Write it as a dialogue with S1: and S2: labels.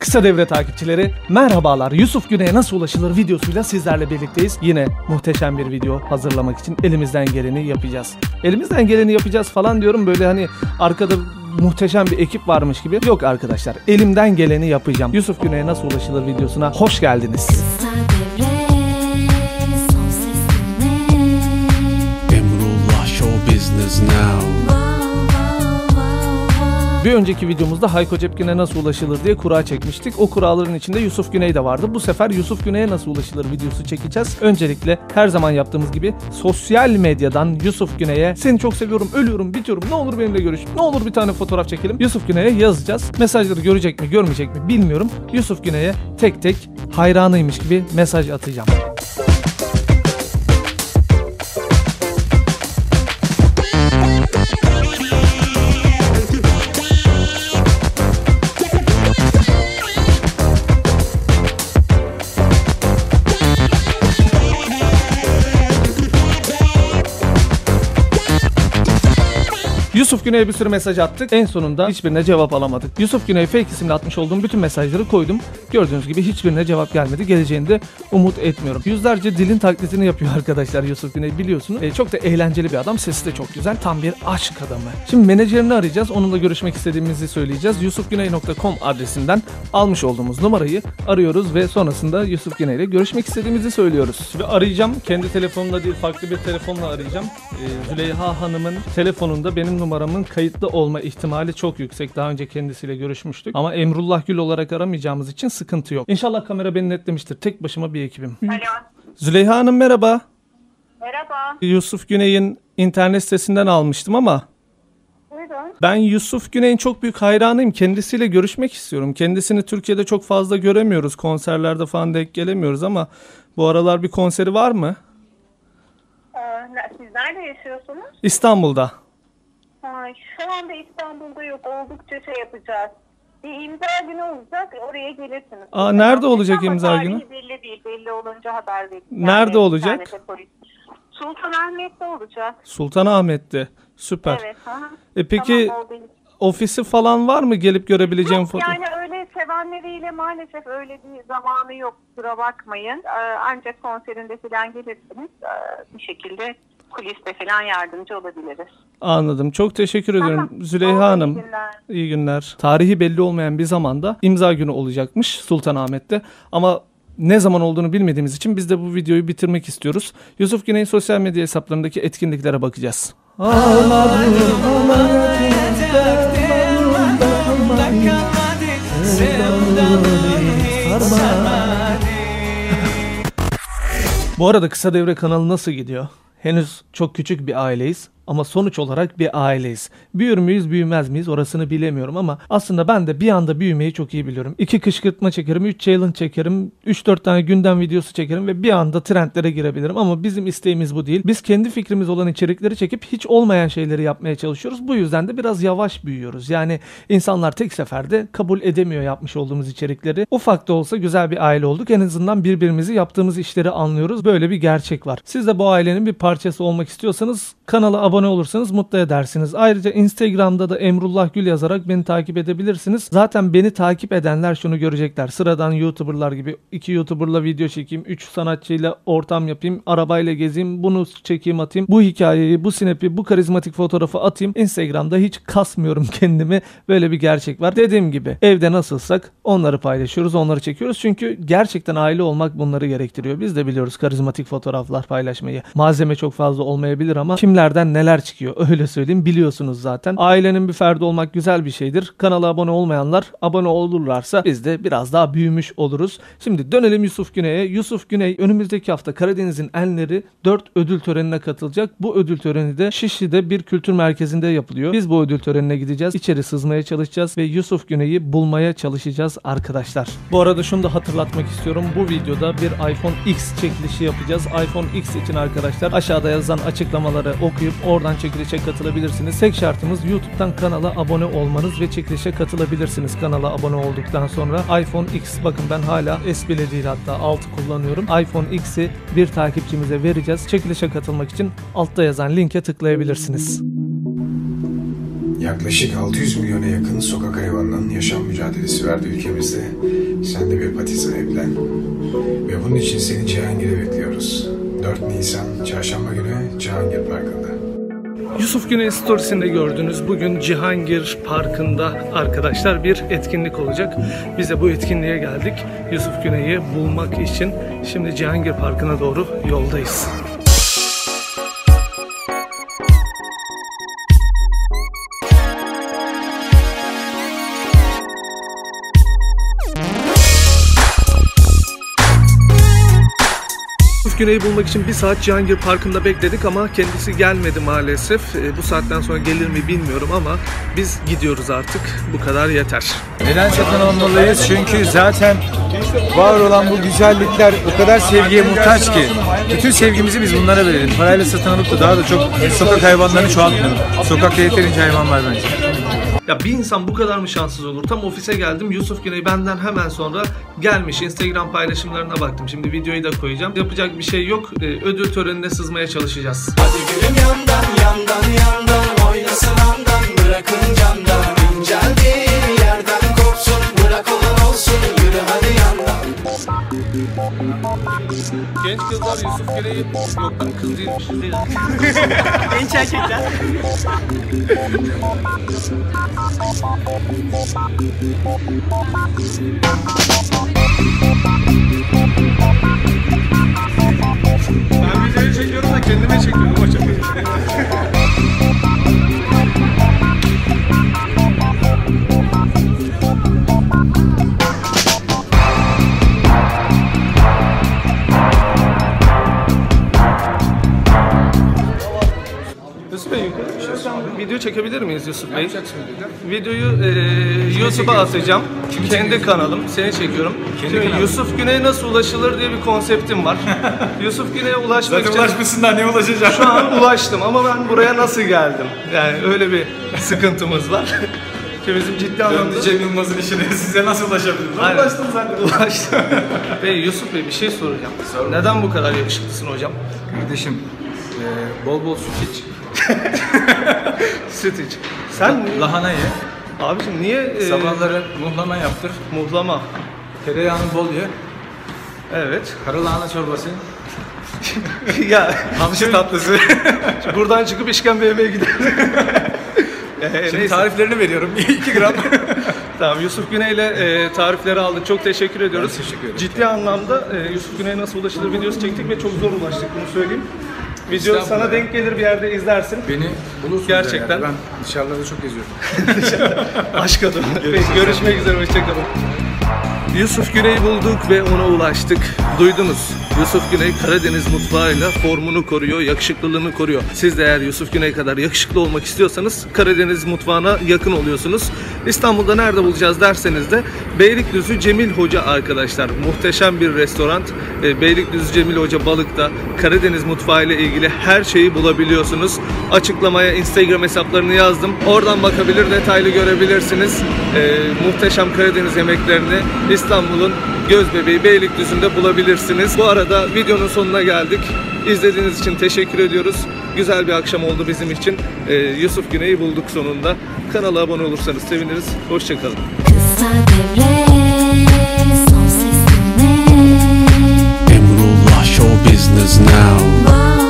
S1: Kısa Devre takipçileri merhabalar. Yusuf Güney'e nasıl ulaşılır videosuyla sizlerle birlikteyiz. Yine muhteşem bir video hazırlamak için elimizden geleni yapacağız. Elimizden geleni yapacağız falan diyorum, böyle hani arkada muhteşem bir ekip varmış gibi. Yok arkadaşlar, elimden geleni yapacağım. Yusuf Güney'e nasıl ulaşılır videosuna hoş geldiniz.
S2: Emrullah Show Business Now.
S1: Bir önceki videomuzda Hayko Cepkin'e nasıl ulaşılır diye kura çekmiştik. O kuraların içinde Yusuf Güney de vardı. Bu sefer Yusuf Güney'e nasıl ulaşılır videosu çekeceğiz. Öncelikle her zaman yaptığımız gibi sosyal medyadan Yusuf Güney'e "Seni çok seviyorum, ölüyorum, bitiyorum, ne olur benimle görüş, ne olur bir tane fotoğraf çekelim." Yusuf Güney'e yazacağız. Mesajları görecek mi görmeyecek mi bilmiyorum. Yusuf Güney'e tek tek hayranıymış gibi mesaj atacağım. Yusuf Güney'e bir sürü mesaj attık. En sonunda hiçbirine cevap alamadık. Yusuf Güney'e fake isimle atmış olduğum bütün mesajları koydum. Gördüğünüz gibi hiçbirine cevap gelmedi. Geleceğini de umut etmiyorum. Yüzlerce dilin taklidini yapıyor arkadaşlar Yusuf Güney, biliyorsunuz. Çok da eğlenceli bir adam. Sesi de çok güzel. Tam bir aşk adamı. Şimdi menajerini arayacağız. Onunla görüşmek istediğimizi söyleyeceğiz. yusufguney.com adresinden almış olduğumuz numarayı arıyoruz ve sonrasında Yusuf Güney ile görüşmek istediğimizi söylüyoruz. Ve arayacağım. Kendi telefonumla değil, farklı bir telefonla arayacağım. Züleyha Hanım'ın telefonunda benim numaramın kayıtlı olma ihtimali çok yüksek. Daha önce kendisiyle görüşmüştük. Ama Emrullah Gül olarak aramayacağımız için sıkıntı yok. İnşallah kamera beni netlemiştir. Tek başıma bir ekibim.
S3: Alo.
S1: Züleyha Hanım merhaba.
S3: Merhaba.
S1: Yusuf Güney'in internet sitesinden almıştım ama
S3: Buyurun.
S1: ben Yusuf Güney'in çok büyük hayranıyım. Kendisiyle görüşmek istiyorum. Kendisini Türkiye'de çok fazla göremiyoruz. Konserlerde falan denk gelemiyoruz ama bu aralar bir konseri var mı?
S3: Siz nerede yaşıyorsunuz?
S1: İstanbul'da.
S3: Şu anda İstanbul'da yok. Oldukça yapacağız. Bir imza günü olacak. Oraya gelirsiniz.
S1: Nerede olacak
S3: ama
S1: imza günü?
S3: belli değil. Belli olunca haber verin.
S1: Nerede olacak?
S3: Sultanahmet'te olacak.
S1: Sultanahmet'te. Süper.
S3: Evet.
S1: Peki
S3: tamam,
S1: ofisi falan var mı gelip görebileceğim
S3: yok,
S1: fotoğraf?
S3: yani öyle sevenleriyle maalesef öyle bir zamanı yok. Kusura bakmayın. Ancak konserinde falan gelirsiniz. Bir şekilde kuliste falan yardımcı olabiliriz.
S1: Anladım. Çok teşekkür ederim Züleyha
S3: Oldu,
S1: Hanım.
S3: iyi günler.
S1: İyi günler. Tarihi belli olmayan bir zamanda imza günü olacakmış Sultanahmet'te. Ama ne zaman olduğunu bilmediğimiz için biz de bu videoyu bitirmek istiyoruz. Yusuf Güney'in sosyal medya hesaplarındaki etkinliklere bakacağız. Bu arada Kısa Devre kanalı nasıl gidiyor? Henüz çok küçük bir aileyiz ama sonuç olarak bir aileyiz. Büyür müyüz, büyümez miyiz orasını bilemiyorum ama aslında ben de bir anda büyümeyi çok iyi biliyorum. 2 kışkırtma çekerim, 3 challenge çekerim, 3-4 tane gündem videosu çekerim ve bir anda trendlere girebilirim ama bizim isteğimiz bu değil. Biz kendi fikrimiz olan içerikleri çekip hiç olmayan şeyleri yapmaya çalışıyoruz. Bu yüzden de biraz yavaş büyüyoruz. Yani insanlar tek seferde kabul edemiyor yapmış olduğumuz içerikleri. Ufak da olsa güzel bir aile olduk. En azından birbirimizi yaptığımız işleri anlıyoruz. Böyle bir gerçek var. Siz de bu ailenin bir parçası olmak istiyorsanız kanala abone olursanız mutlu edersiniz. Ayrıca Instagram'da da Emrullah Gül yazarak beni takip edebilirsiniz. Zaten beni takip edenler şunu görecekler. Sıradan YouTuber'lar gibi 2 YouTuber'la video çekeyim, 3 sanatçıyla ortam yapayım, arabayla gezeyim, bunu çekeyim atayım, bu hikayeyi, bu snap'i, bu karizmatik fotoğrafı atayım. Instagram'da hiç kasmıyorum kendimi. Böyle bir gerçek var. Dediğim gibi evde nasılsak onları paylaşıyoruz, onları çekiyoruz. Çünkü gerçekten aile olmak bunları gerektiriyor. Biz de biliyoruz karizmatik fotoğraflar paylaşmayı. Malzeme çok fazla olmayabilir ama kimlerden neler çıkıyor öyle söyleyeyim, biliyorsunuz zaten. Ailenin bir ferdi olmak güzel bir şeydir. Kanala abone olmayanlar abone olurlarsa biz de biraz daha büyümüş oluruz. Şimdi dönelim Yusuf Güney'e. Yusuf Güney önümüzdeki hafta Karadeniz'in enleri 4 ödül törenine katılacak. Bu ödül töreni de Şişli'de bir kültür merkezinde yapılıyor. Biz bu ödül törenine gideceğiz. İçeri sızmaya çalışacağız ve Yusuf Güney'i bulmaya çalışacağız arkadaşlar. Bu arada şunu da hatırlatmak istiyorum. Bu videoda bir iPhone X çekilişi yapacağız. iPhone X için arkadaşlar aşağıda yazan açıklamaları okuyup oradan çekilişe katılabilirsiniz. Tek şartımız YouTube'dan kanala abone olmanız ve çekilişe katılabilirsiniz kanala abone olduktan sonra. iPhone X, bakın ben hala S bile değil, hatta 6 kullanıyorum. iPhone X'i bir takipçimize vereceğiz. Çekilişe katılmak için altta yazan linke tıklayabilirsiniz.
S4: Yaklaşık 600 milyona yakın sokak hayvanlarının yaşam mücadelesi verdi ülkemizde. Sen de bir pati sahiplen. Ve bunun için seni Cihangir'e bekliyoruz. 4 Nisan Çarşamba günü Cihangir Parkı'nda.
S1: Yusuf Güney storiesinde gördüğünüz bugün Cihangir Parkı'nda arkadaşlar bir etkinlik olacak. Biz de bu etkinliğe geldik. Yusuf Güney'i bulmak için şimdi Cihangir Parkı'na doğru yoldayız. Yusuf Güney'i bulmak için bir saat Cihangir Parkı'nda bekledik ama kendisi gelmedi maalesef. Bu saatten sonra gelir mi bilmiyorum ama biz gidiyoruz artık. Bu kadar yeter.
S5: Neden satın almalıyız? Çünkü zaten var olan bu güzellikler o kadar sevgiye muhtaç ki. Bütün sevgimizi biz bunlara verelim. Parayla satın alıp da daha da çok sokak hayvanlarını çoğaltmayalım. Sokakta yeterince hayvan var bence.
S1: Ya bir insan bu kadar mı şanssız olur? Tam ofise geldim. Yusuf Güney benden hemen sonra gelmiş. Instagram paylaşımlarına baktım. Şimdi videoyu da koyacağım. Yapacak bir şey yok. Ödül törenine sızmaya çalışacağız.
S6: Hadi gülüm yandan yandan yandan oynasın andan bırakın candan inceldiği yerden kopsun bırak olan olsun yürü hadi yandan.
S1: Genç kızlar Yusuf Güney'i yok lan kız değilmiş.
S7: Genç erkekler.
S1: Ben videoyu çekiyorum da kendime çekiyorum hocam. Yusuf Bey yukarı video çekebilir miyiz Yusuf Bey? Videoyu YouTube'a atacağım. Kendi kanalım. Seni çekiyorum. Şimdi Yusuf Güney'e nasıl ulaşılır diye bir konseptim var. Yusuf Güney'e ulaşmak için
S5: Ulaşmışsın da ne ulaşacağım?
S1: şu an ulaştım ama ben buraya nasıl geldim? Yani öyle bir sıkıntımız var. Ki bizim ciddi anlamda...
S5: Cem Yılmaz'ın işine size nasıl ulaşabilirim?
S1: Aynen. Ulaştım zaten. Ulaştım. Bey Yusuf Bey bir şey soracağım. Neden bu kadar yakışıklısın hocam?
S5: Kardeşim bol bol süt iç.
S1: Süt iç. Sen
S5: Lahana ye.
S1: abicim niye
S5: Sabahları muhlama yaptır.
S1: muhlama?
S5: Tereyağını bol ye.
S1: Evet.
S5: Kara lahana çorbası.
S1: Ya
S5: Hamsi tatlısı.
S1: buradan çıkıp işkembe yemeye gidelim.
S5: Şimdi
S1: Neyse.
S5: tariflerini veriyorum. 2 gram.
S1: Tamam Yusuf Güney'le tarifleri aldık. Çok teşekkür ediyoruz.
S5: Ben teşekkür ederim.
S1: Ciddi anlamda Yusuf Güney'e nasıl ulaşılır videosu çektik ve çok zor ulaştık bunu söyleyeyim. Video
S5: Estağfurullah.
S1: sana denk gelir bir yerde izlersin.
S5: Beni bulursunuz.
S1: Gerçekten.
S5: Yani. Ben dışarılarda çok geziyorum.
S1: Aşk adamı. Görüşmek üzere. Hoşçakalın. Yusuf Güney'i bulduk ve ona ulaştık. Duydunuz. Yusuf Güney Karadeniz mutfağıyla formunu koruyor, yakışıklılığını koruyor. Siz de eğer Yusuf Güney kadar yakışıklı olmak istiyorsanız Karadeniz mutfağına yakın oluyorsunuz. İstanbul'da nerede bulacağız derseniz de Beylikdüzü Cemil Hoca arkadaşlar. Muhteşem bir restoran. Beylikdüzü Cemil Hoca Balık'ta Karadeniz mutfağı ile ilgili her şeyi bulabiliyorsunuz. Açıklamaya Instagram hesaplarını yazdım. Oradan bakabilir, detaylı görebilirsiniz. Muhteşem Karadeniz yemeklerini İstanbul'un gözbebeği Beylikdüzü'nde bulabilirsiniz. Bu arada videonun sonuna geldik. İzlediğiniz için teşekkür ediyoruz. Güzel bir akşam oldu bizim için. Yusuf Güney'i bulduk sonunda. Kanala abone olursanız seviniriz. Hoşçakalın.
S8: Kısa devre son sesine
S2: Emrullah Show Business Now.
S8: bağlı.